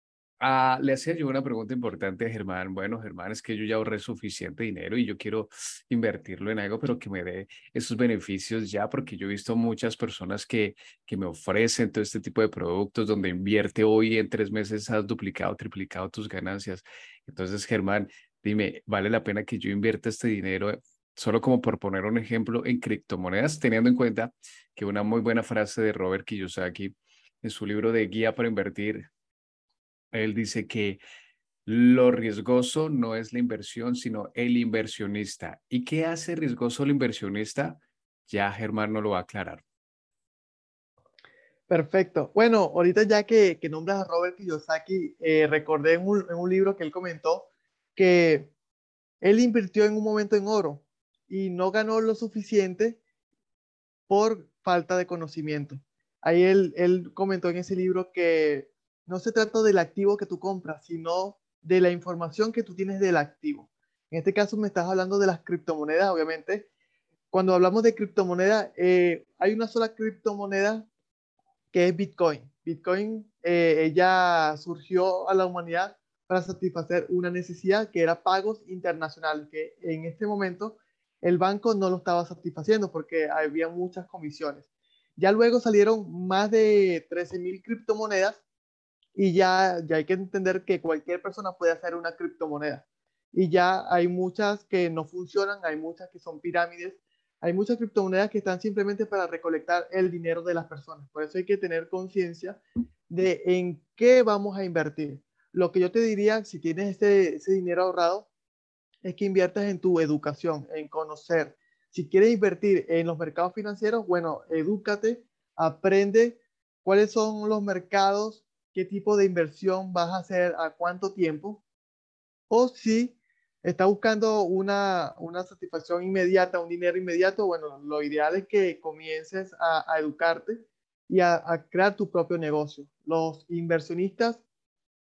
le hacía yo una pregunta importante a Germán. Bueno, Germán, es que yo ya ahorré suficiente dinero y yo quiero invertirlo en algo, pero que me dé esos beneficios ya, porque yo he visto muchas personas que me ofrecen todo este tipo de productos donde invierte hoy y en 3 meses has duplicado, triplicado tus ganancias. Entonces, Germán, dime, ¿vale la pena que yo invierta este dinero? Solo como por poner un ejemplo en criptomonedas, teniendo en cuenta que una muy buena frase de Robert Kiyosaki en su libro de Guía para Invertir, él dice que lo riesgoso no es la inversión, sino el inversionista. ¿Y qué hace riesgoso el inversionista? Ya Germán no lo va a aclarar. Perfecto. Bueno, ahorita ya que nombras a Robert Kiyosaki, recordé en un libro que él comentó que él invirtió en un momento en oro y no ganó lo suficiente por falta de conocimiento. Ahí él comentó en ese libro que no se trata del activo que tú compras, sino de la información que tú tienes del activo. En este caso me estás hablando de las criptomonedas, obviamente. Cuando hablamos de criptomonedas, hay una sola criptomoneda que es Bitcoin. Bitcoin, ella surgió a la humanidad para satisfacer una necesidad que era pagos internacionales, que en este momento el banco no lo estaba satisfaciendo porque había muchas comisiones. Ya luego salieron más de 13.000 criptomonedas y ya hay que entender que cualquier persona puede hacer una criptomoneda. Y ya hay muchas que no funcionan, hay muchas que son pirámides, hay muchas criptomonedas que están simplemente para recolectar el dinero de las personas. Por eso hay que tener conciencia de en qué vamos a invertir. Lo que yo te diría, si tienes ese dinero ahorrado, es que inviertas en tu educación, en conocer. Si quieres invertir en los mercados financieros, bueno, edúcate, aprende cuáles son los mercados, qué tipo de inversión vas a hacer, a cuánto tiempo, o si estás buscando una satisfacción inmediata, un dinero inmediato, bueno, lo ideal es que comiences a educarte y a crear tu propio negocio. Los inversionistas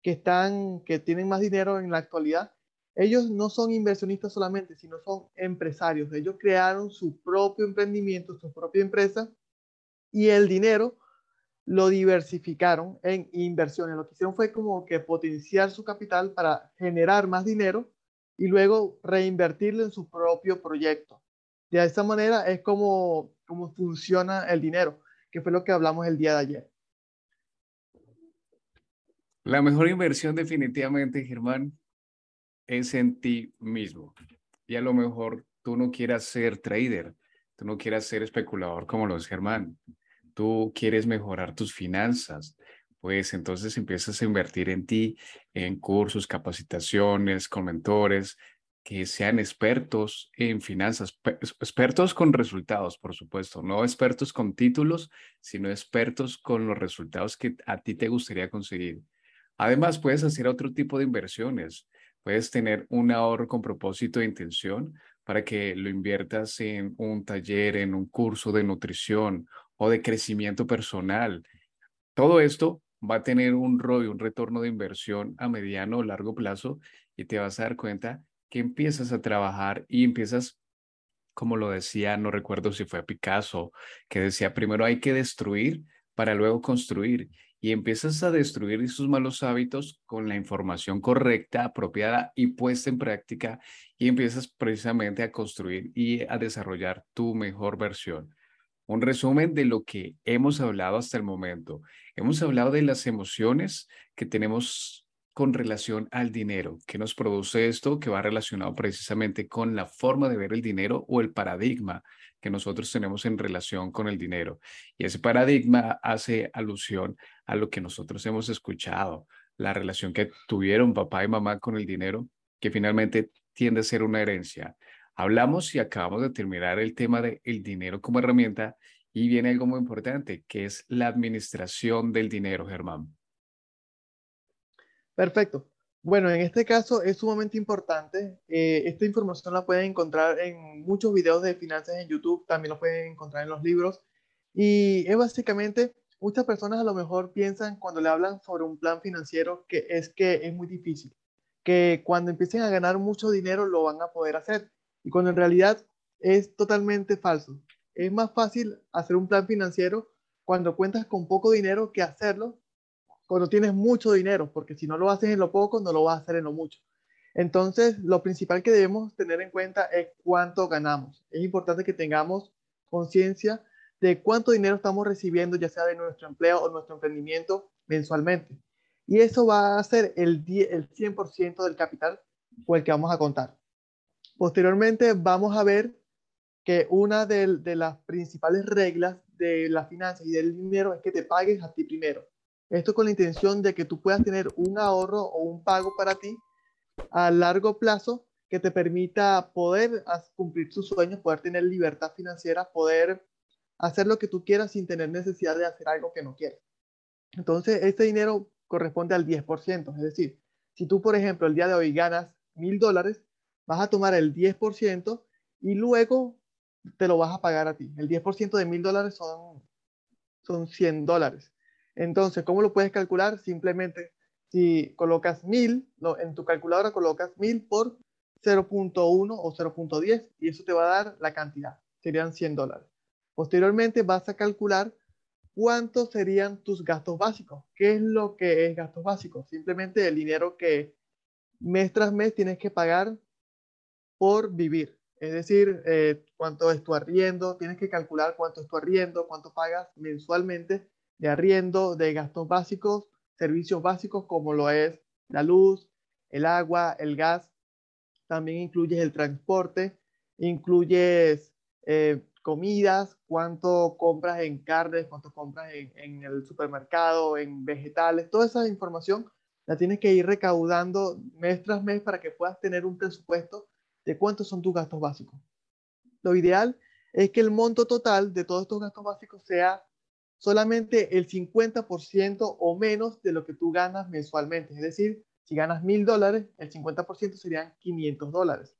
que tienen más dinero en la actualidad, ellos no son inversionistas solamente, sino son empresarios. Ellos crearon su propio emprendimiento, su propia empresa, y el dinero lo diversificaron en inversiones. Lo que hicieron fue como que potenciar su capital para generar más dinero y luego reinvertirlo en su propio proyecto. De esa manera es como funciona el dinero, que fue lo que hablamos el día de ayer. La mejor inversión definitivamente, Germán, es en ti mismo. Y a lo mejor tú no quieras ser trader, tú no quieras ser especulador como lo es Germán, tú quieres mejorar tus finanzas, pues entonces empiezas a invertir en ti, en cursos, capacitaciones, con mentores que sean expertos en finanzas, expertos con resultados, por supuesto, no expertos con títulos, sino expertos con los resultados que a ti te gustaría conseguir. Además, puedes hacer otro tipo de inversiones. Puedes tener un ahorro con propósito de intención para que lo inviertas en un taller, en un curso de nutrición o de crecimiento personal. Todo esto va a tener un ROI, un retorno de inversión a mediano o largo plazo y te vas a dar cuenta que empiezas a trabajar y empiezas, como lo decía, no recuerdo si fue Picasso, que decía, primero hay que destruir para luego construir. Y empiezas a destruir esos malos hábitos con la información correcta, apropiada y puesta en práctica y empiezas precisamente a construir y a desarrollar tu mejor versión. Un resumen de lo que hemos hablado hasta el momento. Hemos hablado de las emociones que tenemos con relación al dinero. ¿Qué nos produce esto? Que va relacionado precisamente con la forma de ver el dinero o el paradigma que nosotros tenemos en relación con el dinero. Y ese paradigma hace alusión a lo que nosotros hemos escuchado, la relación que tuvieron papá y mamá con el dinero, que finalmente tiende a ser una herencia. Hablamos y acabamos de terminar el tema del dinero como herramienta y viene algo muy importante, que es la administración del dinero, Germán. Perfecto. Bueno, en este caso es sumamente importante. Esta información la pueden encontrar en muchos videos de finanzas en YouTube, también lo pueden encontrar en los libros. Y es básicamente, muchas personas a lo mejor piensan cuando le hablan sobre un plan financiero que es muy difícil, que cuando empiecen a ganar mucho dinero lo van a poder hacer. Y cuando en realidad es totalmente falso. Es más fácil hacer un plan financiero cuando cuentas con poco dinero que hacerlo cuando tienes mucho dinero, porque si no lo haces en lo poco, no lo vas a hacer en lo mucho. Entonces, lo principal que debemos tener en cuenta es cuánto ganamos. Es importante que tengamos conciencia de cuánto dinero estamos recibiendo, ya sea de nuestro empleo o nuestro emprendimiento mensualmente. Y eso va a ser el 100% del capital con el que vamos a contar. Posteriormente, vamos a ver que una de las principales reglas de las finanzas y del dinero es que te pagues a ti primero. Esto con la intención de que tú puedas tener un ahorro o un pago para ti a largo plazo que te permita poder cumplir tus sueños, poder tener libertad financiera, poder hacer lo que tú quieras sin tener necesidad de hacer algo que no quieres. Entonces, este dinero corresponde al 10%. Es decir, si tú, por ejemplo, el día de hoy ganas $1,000, vas a tomar el 10% y luego te lo vas a pagar a ti. El 10% de $1,000 son $100. Entonces, ¿cómo lo puedes calcular? Simplemente, si colocas 1,000, en tu calculadora colocas 1,000 por 0,1 o 0,10 y eso te va a dar la cantidad. Serían $100. Posteriormente vas a calcular cuántos serían tus gastos básicos. ¿Qué es lo que es gastos básicos? Simplemente el dinero que mes tras mes tienes que pagar por vivir. Es decir, cuánto es tu arriendo, tienes que calcular cuánto es tu arriendo, cuánto pagas mensualmente de arriendo, de gastos básicos, servicios básicos como lo es la luz, el agua, el gas. También incluyes el transporte, incluyes comidas, cuánto compras en carnes, cuánto compras en el supermercado, en vegetales, toda esa información la tienes que ir recaudando mes tras mes para que puedas tener un presupuesto de cuántos son tus gastos básicos. Lo ideal es que el monto total de todos estos gastos básicos sea solamente el 50% o menos de lo que tú ganas mensualmente. Es decir, si ganas $1,000, el 50% serían $500.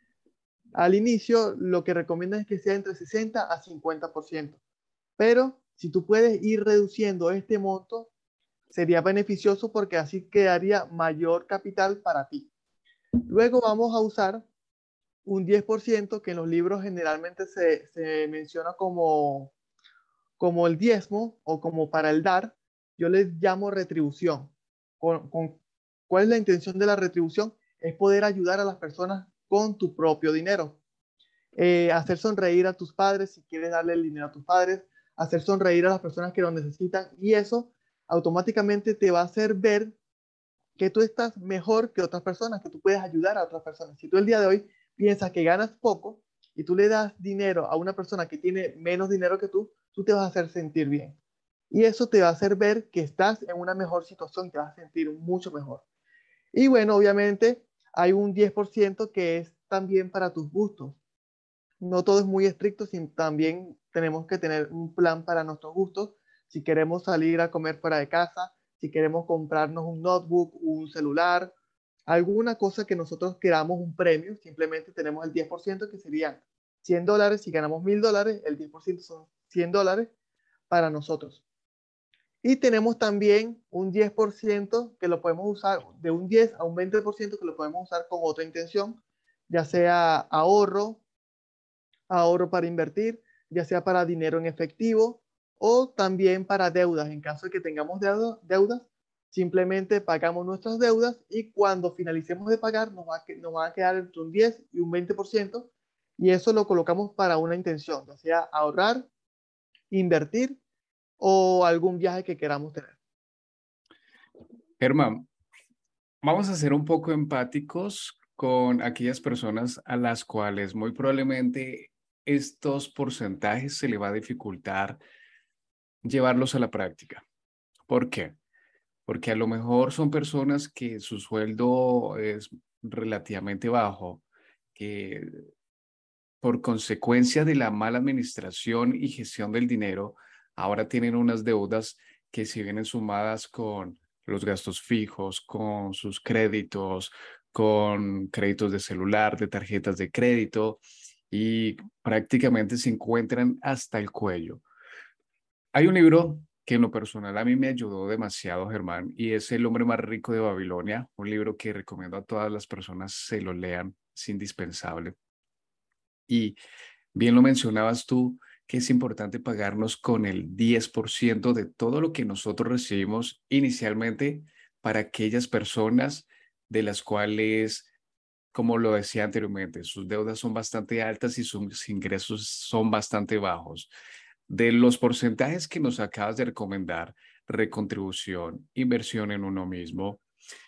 Al inicio, lo que recomiendan es que sea entre 60 a 50%. Pero si tú puedes ir reduciendo este monto sería beneficioso porque así quedaría mayor capital para ti. Luego vamos a usar un 10% que en los libros generalmente se menciona como el diezmo o como para el dar. Yo les llamo retribución. ¿Cuál es la intención de la retribución? Es poder ayudar a las personas con tu propio dinero. Hacer sonreír a tus padres si quieres darle el dinero a tus padres, hacer sonreír a las personas que lo necesitan, y eso automáticamente te va a hacer ver que tú estás mejor que otras personas, que tú puedes ayudar a otras personas. Si tú el día de hoy piensas que ganas poco y tú le das dinero a una persona que tiene menos dinero que tú te vas a hacer sentir bien. Y eso te va a hacer ver que estás en una mejor situación y te vas a sentir mucho mejor. Y bueno, obviamente hay un 10% que es también para tus gustos. No todo es muy estricto, sino también tenemos que tener un plan para nuestros gustos. Si queremos salir a comer fuera de casa, si queremos comprarnos un notebook, un celular, alguna cosa que nosotros queramos un premio, simplemente tenemos el 10% que serían $100. Si ganamos $1000, el 10% son $100 para nosotros. Y tenemos también un 10% que lo podemos usar, de un 10 a un 20% que lo podemos usar con otra intención, ya sea ahorro para invertir, ya sea para dinero en efectivo o también para deudas. En caso de que tengamos deudas, simplemente pagamos nuestras deudas y cuando finalicemos de pagar nos va a quedar entre un 10 y un 20%, y eso lo colocamos para una intención, ya sea ahorrar, invertir o algún viaje que queramos tener. Germán, vamos a ser un poco empáticos con aquellas personas a las cuales muy probablemente estos porcentajes se le va a dificultar llevarlos a la práctica. ¿Por qué? Porque a lo mejor son personas que su sueldo es relativamente bajo, que por consecuencia de la mala administración y gestión del dinero, ahora tienen unas deudas que si vienen sumadas con los gastos fijos, con sus créditos, con créditos de celular, de tarjetas de crédito, y prácticamente se encuentran hasta el cuello. Hay un libro que en lo personal a mí me ayudó demasiado, Germán, y es El hombre más rico de Babilonia, un libro que recomiendo a todas las personas se lo lean, es indispensable. Y bien lo mencionabas tú, que es importante pagarnos con el 10% de todo lo que nosotros recibimos inicialmente para aquellas personas de las cuales, como lo decía anteriormente, sus deudas son bastante altas y sus ingresos son bastante bajos. De los porcentajes que nos acabas de recomendar, recontribución, inversión en uno mismo,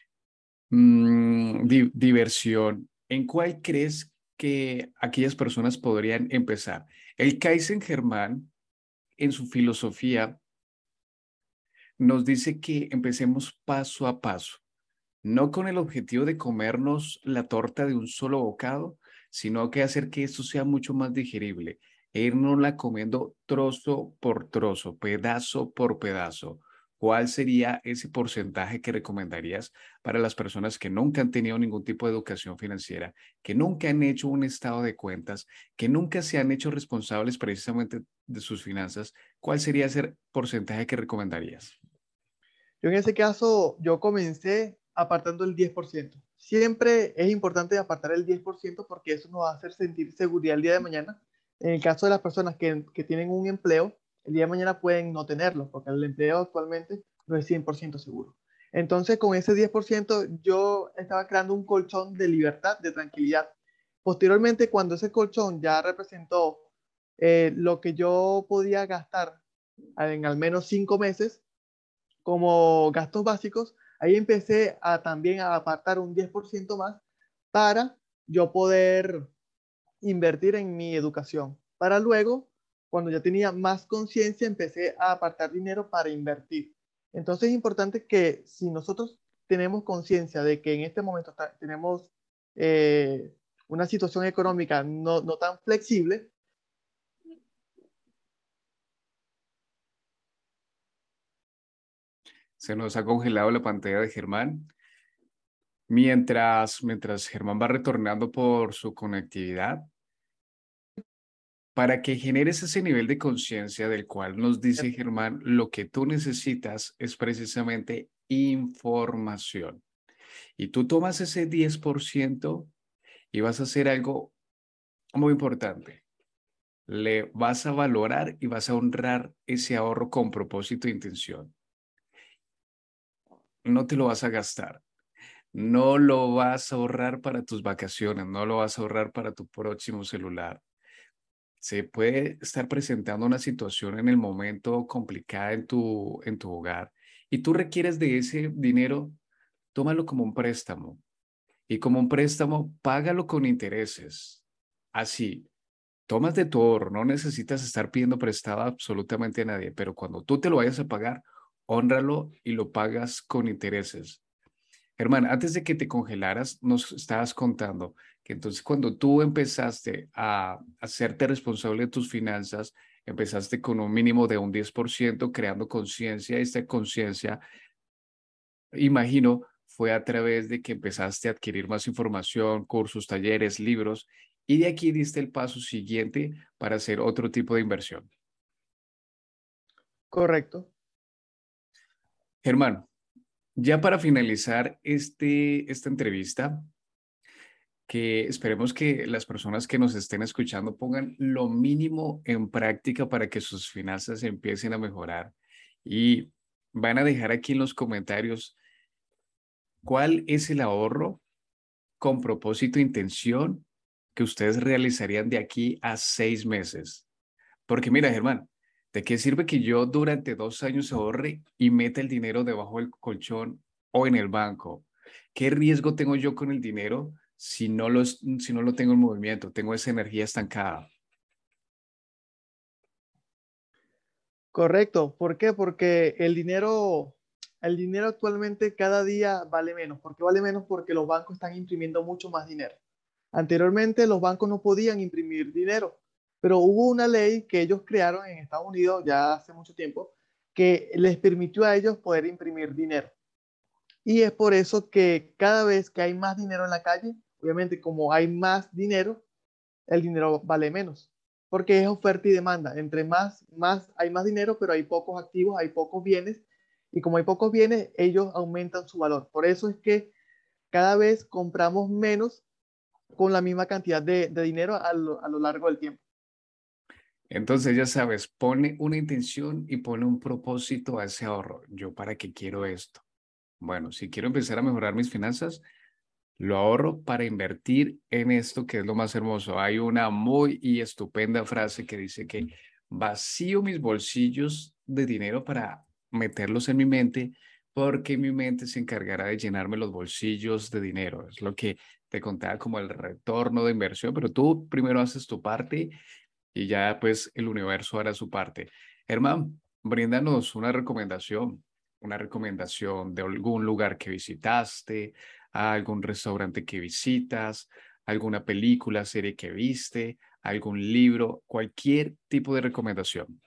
diversión, ¿en cuál crees que aquellas personas podrían empezar? El Kaizen Germán, en su filosofía, nos dice que empecemos paso a paso, no con el objetivo de comernos la torta de un solo bocado, sino que hacer que esto sea mucho más digerible, e irnosla comiendo trozo por trozo, pedazo por pedazo. ¿Cuál sería ese porcentaje que recomendarías para las personas que nunca han tenido ningún tipo de educación financiera, que nunca han hecho un estado de cuentas, que nunca se han hecho responsables precisamente de sus finanzas? ¿Cuál sería ese porcentaje que recomendarías? Yo en ese caso, yo comencé apartando el 10%. Siempre es importante apartar el 10% porque eso nos va a hacer sentir seguridad el día de mañana. En el caso de las personas que tienen un empleo, el día de mañana pueden no tenerlo porque el empleo actualmente no es 100% seguro. Entonces, con ese 10% yo estaba creando un colchón de libertad, de tranquilidad. Posteriormente, cuando ese colchón ya representó lo que yo podía gastar en al menos 5 meses, como gastos básicos, ahí empecé a también a apartar un 10% más para yo poder invertir en mi educación. Para luego, cuando ya tenía más conciencia, empecé a apartar dinero para invertir. Entonces es importante que si nosotros tenemos conciencia de que en este momento tenemos una situación económica no tan flexible. Se nos ha congelado la pantalla de Germán. Mientras Germán va retornando por su conectividad, Para que generes ese nivel de conciencia del cual nos dice Germán, lo que tú necesitas es precisamente información. Y tú tomas ese 10% y vas a hacer algo muy importante. Le vas a valorar y vas a honrar ese ahorro con propósito e intención. No te lo vas a gastar. No lo vas a ahorrar para tus vacaciones, no lo vas a ahorrar para tu próximo celular. Se puede estar presentando una situación en el momento complicada en tu hogar y tú requieres de ese dinero, tómalo como un préstamo y como un préstamo, págalo con intereses. Así, tomas de tu ahorro, no necesitas estar pidiendo prestado absolutamente a nadie, pero cuando tú te lo vayas a pagar, hónralo y lo pagas con intereses. Germán, antes de que te congelaras, nos estabas contando que entonces cuando tú empezaste a hacerte responsable de tus finanzas, empezaste con un mínimo de un 10% creando conciencia. Esta conciencia, imagino, fue a través de que empezaste a adquirir más información, cursos, talleres, libros, y de aquí diste el paso siguiente para hacer otro tipo de inversión. Correcto. Germán, ya para finalizar esta entrevista, que esperemos que las personas que nos estén escuchando pongan lo mínimo en práctica para que sus finanzas empiecen a mejorar. Y van a dejar aquí en los comentarios cuál es el ahorro con propósito e intención que ustedes realizarían de aquí a 6 meses. Porque mira, Germán, ¿de qué sirve que yo durante 2 años ahorre y meta el dinero debajo del colchón o en el banco? ¿Qué riesgo tengo yo con el dinero si no lo tengo en movimiento? Tengo esa energía estancada. Correcto. ¿Por qué? Porque el dinero actualmente cada día vale menos. ¿Por qué vale menos? Porque los bancos están imprimiendo mucho más dinero. Anteriormente los bancos no podían imprimir dinero, pero hubo una ley que ellos crearon en Estados Unidos ya hace mucho tiempo que les permitió a ellos poder imprimir dinero. Y es por eso que cada vez que hay más dinero en la calle, obviamente como hay más dinero, el dinero vale menos, porque es oferta y demanda. Entre hay más dinero, pero hay pocos activos, hay pocos bienes, y como hay pocos bienes, ellos aumentan su valor. Por eso es que cada vez compramos menos con la misma cantidad de dinero a lo largo del tiempo. Entonces, ya sabes, pone una intención y pone un propósito a ese ahorro. ¿Yo para qué quiero esto? Bueno, si quiero empezar a mejorar mis finanzas, lo ahorro para invertir en esto que es lo más hermoso. Hay una muy y estupenda frase que dice que vacío mis bolsillos de dinero para meterlos en mi mente, porque mi mente se encargará de llenarme los bolsillos de dinero. Es lo que te contaba como el retorno de inversión, pero tú primero haces tu parte y ya pues el universo hará su parte. Germán, bríndanos una recomendación de algún lugar que visitaste, algún restaurante que visitas, alguna película, serie que viste, algún libro, cualquier tipo de recomendación.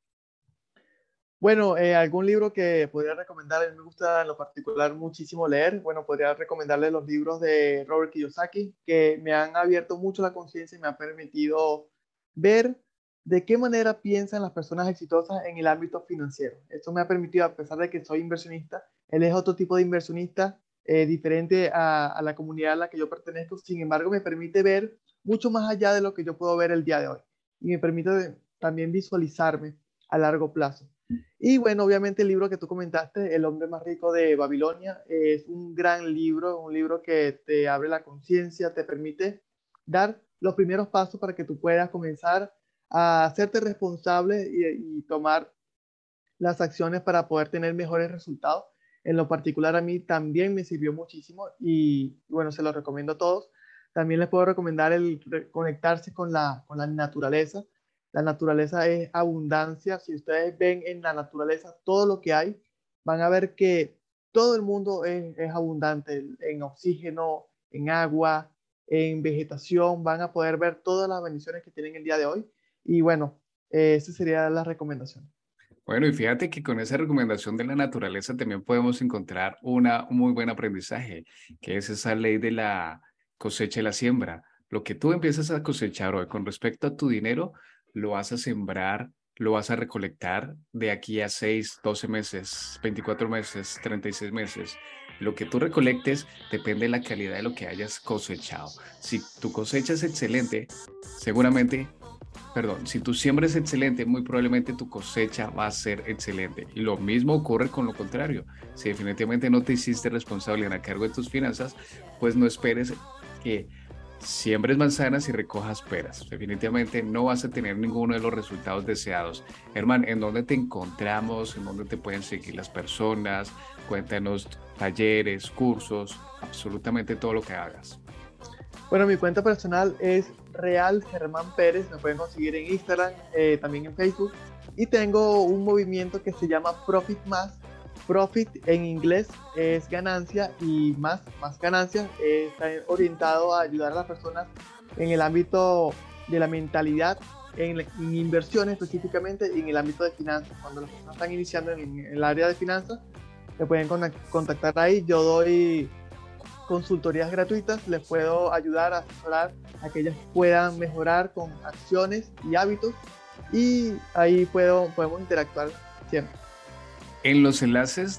Bueno, algún libro que podría recomendar, a mí me gusta en lo particular muchísimo leer. Bueno, podría recomendarle los libros de Robert Kiyosaki, que me han abierto mucho la conciencia y me han permitido ver de qué manera piensan las personas exitosas en el ámbito financiero. Esto me ha permitido, a pesar de que soy inversionista, él es otro tipo de inversionista diferente a la comunidad a la que yo pertenezco. Sin embargo, me permite ver mucho más allá de lo que yo puedo ver el día de hoy y me permite también visualizarme a largo plazo. Y bueno, obviamente el libro que tú comentaste, El hombre más rico de Babilonia, es un gran libro, un libro que te abre la conciencia, te permite dar los primeros pasos para que tú puedas comenzar a hacerte responsable y tomar las acciones para poder tener mejores resultados. En lo particular a mí también me sirvió muchísimo y bueno, se lo recomiendo a todos. También les puedo recomendar el conectarse con la naturaleza. La naturaleza es abundancia. Si ustedes ven en la naturaleza todo lo que hay, van a ver que todo el mundo es abundante en oxígeno, en agua, en vegetación. Van a poder ver todas las bendiciones que tienen el día de hoy. Y bueno, esa sería la recomendación. Bueno, y fíjate que con esa recomendación de la naturaleza también podemos encontrar un muy buen aprendizaje, que es esa ley de la cosecha y la siembra. Lo que tú empiezas a cosechar hoy con respecto a tu dinero, lo vas a sembrar, lo vas a recolectar de aquí a 6, 12 meses, 24 meses, 36 meses. Lo que tú recolectes depende de la calidad de lo que hayas cosechado. Si tu cosecha es excelente, seguramente, perdón, si tu siembra es excelente, muy probablemente tu cosecha va a ser excelente. Y lo mismo ocurre con lo contrario. Si definitivamente no te hiciste responsable en a cargo de tus finanzas, pues no esperes que siembres manzanas y recojas peras. Definitivamente no vas a tener ninguno de los resultados deseados. Germán, ¿en dónde te encontramos? ¿En dónde te pueden seguir las personas? Cuéntanos talleres, cursos, absolutamente todo lo que hagas. Bueno, mi cuenta personal es Real Germán Pérez, me pueden conseguir en Instagram, también en Facebook. Y tengo un movimiento que se llama Profit Más. Profit en inglés es ganancia y más ganancia. Está orientado a ayudar a las personas en el ámbito de la mentalidad, en inversiones específicamente y en el ámbito de finanzas. Cuando las personas están iniciando en el área de finanzas, me pueden contactar ahí. Yo doy consultorías gratuitas, les puedo ayudar a asesorar a que ellas puedan mejorar con acciones y hábitos, y ahí podemos interactuar siempre. En los enlaces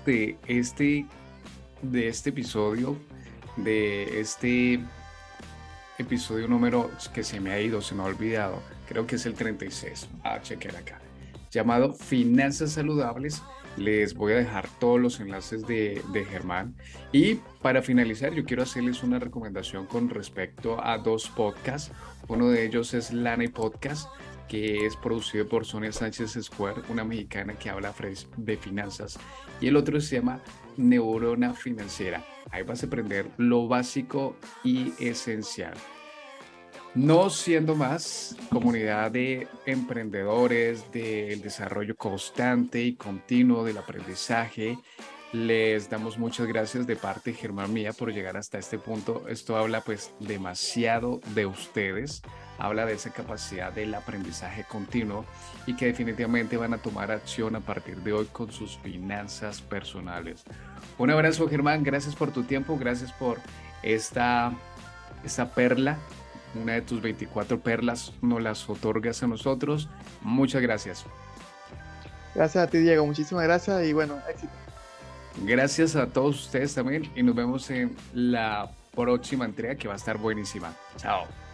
de este episodio, de este episodio número que se me ha ido, se me ha olvidado, creo que es el 36, chequear acá, llamado Finanzas Saludables. Les voy a dejar todos los enlaces de Germán. Y para finalizar, yo quiero hacerles una recomendación con respecto a 2 podcasts. Uno de ellos es Lana Podcast, que es producido por Sonia Sánchez Square, una mexicana que habla de finanzas. Y el otro se llama Neurona Financiera. Ahí vas a aprender lo básico y esencial. No siendo más, comunidad de emprendedores, del desarrollo constante y continuo del aprendizaje, les damos muchas gracias de parte de Germán mía por llegar hasta este punto. Esto habla pues demasiado de ustedes, habla de esa capacidad del aprendizaje continuo y que definitivamente van a tomar acción a partir de hoy con sus finanzas personales. Un abrazo, Germán, gracias por tu tiempo, gracias por esta perla. Una de tus 24 perlas nos las otorgas a nosotros. Muchas gracias. Gracias a ti, Diego. Muchísimas gracias y bueno, éxito. Gracias a todos ustedes también y nos vemos en la próxima entrega que va a estar buenísima. Chao.